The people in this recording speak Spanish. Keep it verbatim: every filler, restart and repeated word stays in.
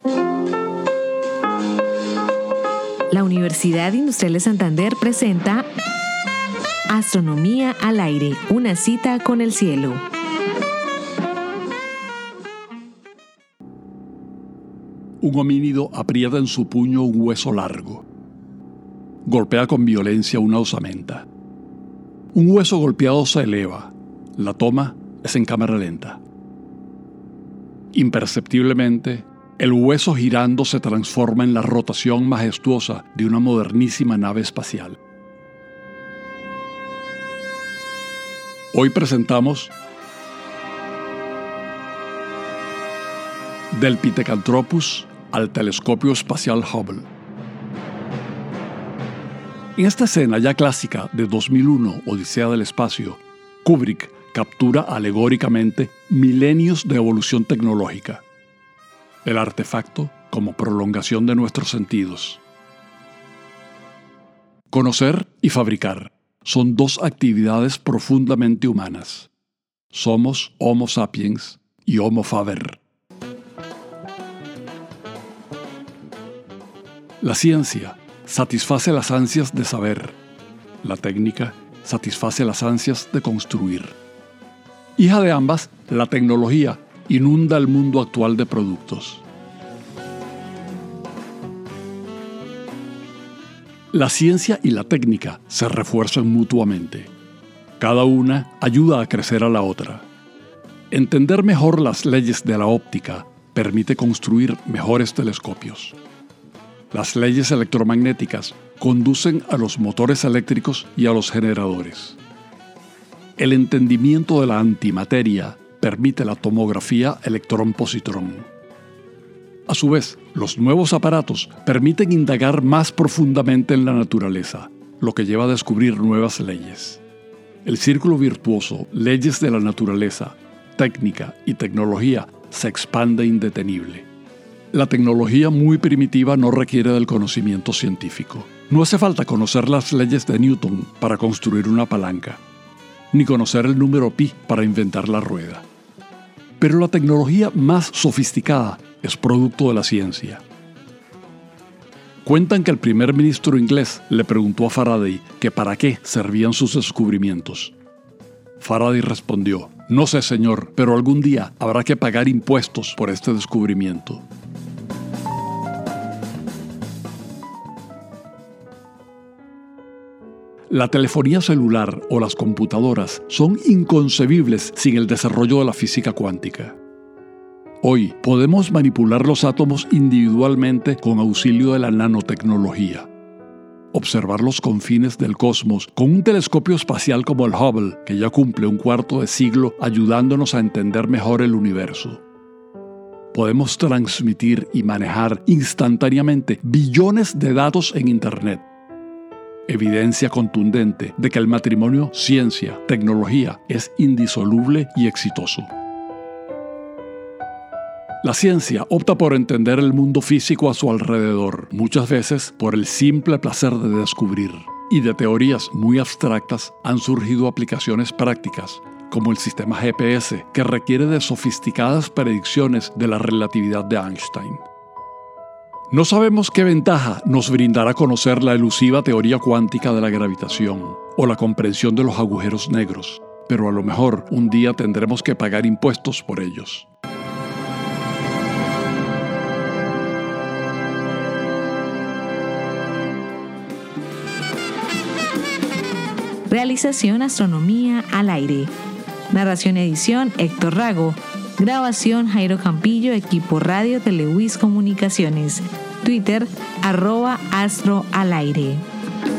La Universidad Industrial de Santander presenta Astronomía al aire, una cita con el cielo. Un homínido aprieta en su puño un hueso largo. Golpea con violencia una osamenta. Un hueso golpeado se eleva. La toma es en cámara lenta. Imperceptiblemente, el hueso girando se transforma en la rotación majestuosa de una modernísima nave espacial. Hoy presentamos Del Pithecanthropus al telescopio espacial Hubble. En esta escena ya clásica de dos mil uno, Odisea del Espacio, Kubrick captura alegóricamente milenios de evolución tecnológica. El artefacto como prolongación de nuestros sentidos. Conocer y fabricar son dos actividades profundamente humanas. Somos Homo sapiens y Homo faber. La ciencia satisface las ansias de saber. La técnica satisface las ansias de construir. Hija de ambas, la tecnología inunda el mundo actual de productos. La ciencia y la técnica se refuerzan mutuamente. Cada una ayuda a crecer a la otra. Entender mejor las leyes de la óptica permite construir mejores telescopios. Las leyes electromagnéticas conducen a los motores eléctricos y a los generadores. El entendimiento de la antimateria permite la tomografía electrón-positrón. A su vez, los nuevos aparatos permiten indagar más profundamente en la naturaleza, lo que lleva a descubrir nuevas leyes. El círculo virtuoso, leyes de la naturaleza, técnica y tecnología, se expande indetenible. La tecnología muy primitiva no requiere del conocimiento científico. No hace falta conocer las leyes de Newton para construir una palanca, ni conocer el número pi para inventar la rueda. Pero la tecnología más sofisticada es producto de la ciencia. Cuentan que el primer ministro inglés le preguntó a Faraday que para qué servían sus descubrimientos. Faraday respondió: "No sé, señor, pero algún día habrá que pagar impuestos por este descubrimiento". La telefonía celular o las computadoras son inconcebibles sin el desarrollo de la física cuántica. Hoy podemos manipular los átomos individualmente con auxilio de la nanotecnología. Observar los confines del cosmos con un telescopio espacial como el Hubble, que ya cumple un cuarto de siglo ayudándonos a entender mejor el universo. Podemos transmitir y manejar instantáneamente billones de datos en Internet. Evidencia contundente de que el matrimonio ciencia-tecnología es indisoluble y exitoso. La ciencia opta por entender el mundo físico a su alrededor, muchas veces por el simple placer de descubrir. Y de teorías muy abstractas han surgido aplicaciones prácticas, como el sistema G P S, que requiere de sofisticadas predicciones de la relatividad de Einstein. No sabemos qué ventaja nos brindará conocer la elusiva teoría cuántica de la gravitación o la comprensión de los agujeros negros, pero a lo mejor un día tendremos que pagar impuestos por ellos. Realización Astronomía al aire. Narración y edición Héctor Rago. Grabación Jairo Campillo, equipo Radio Telewiz Comunicaciones. Twitter, arroba Astro al aire.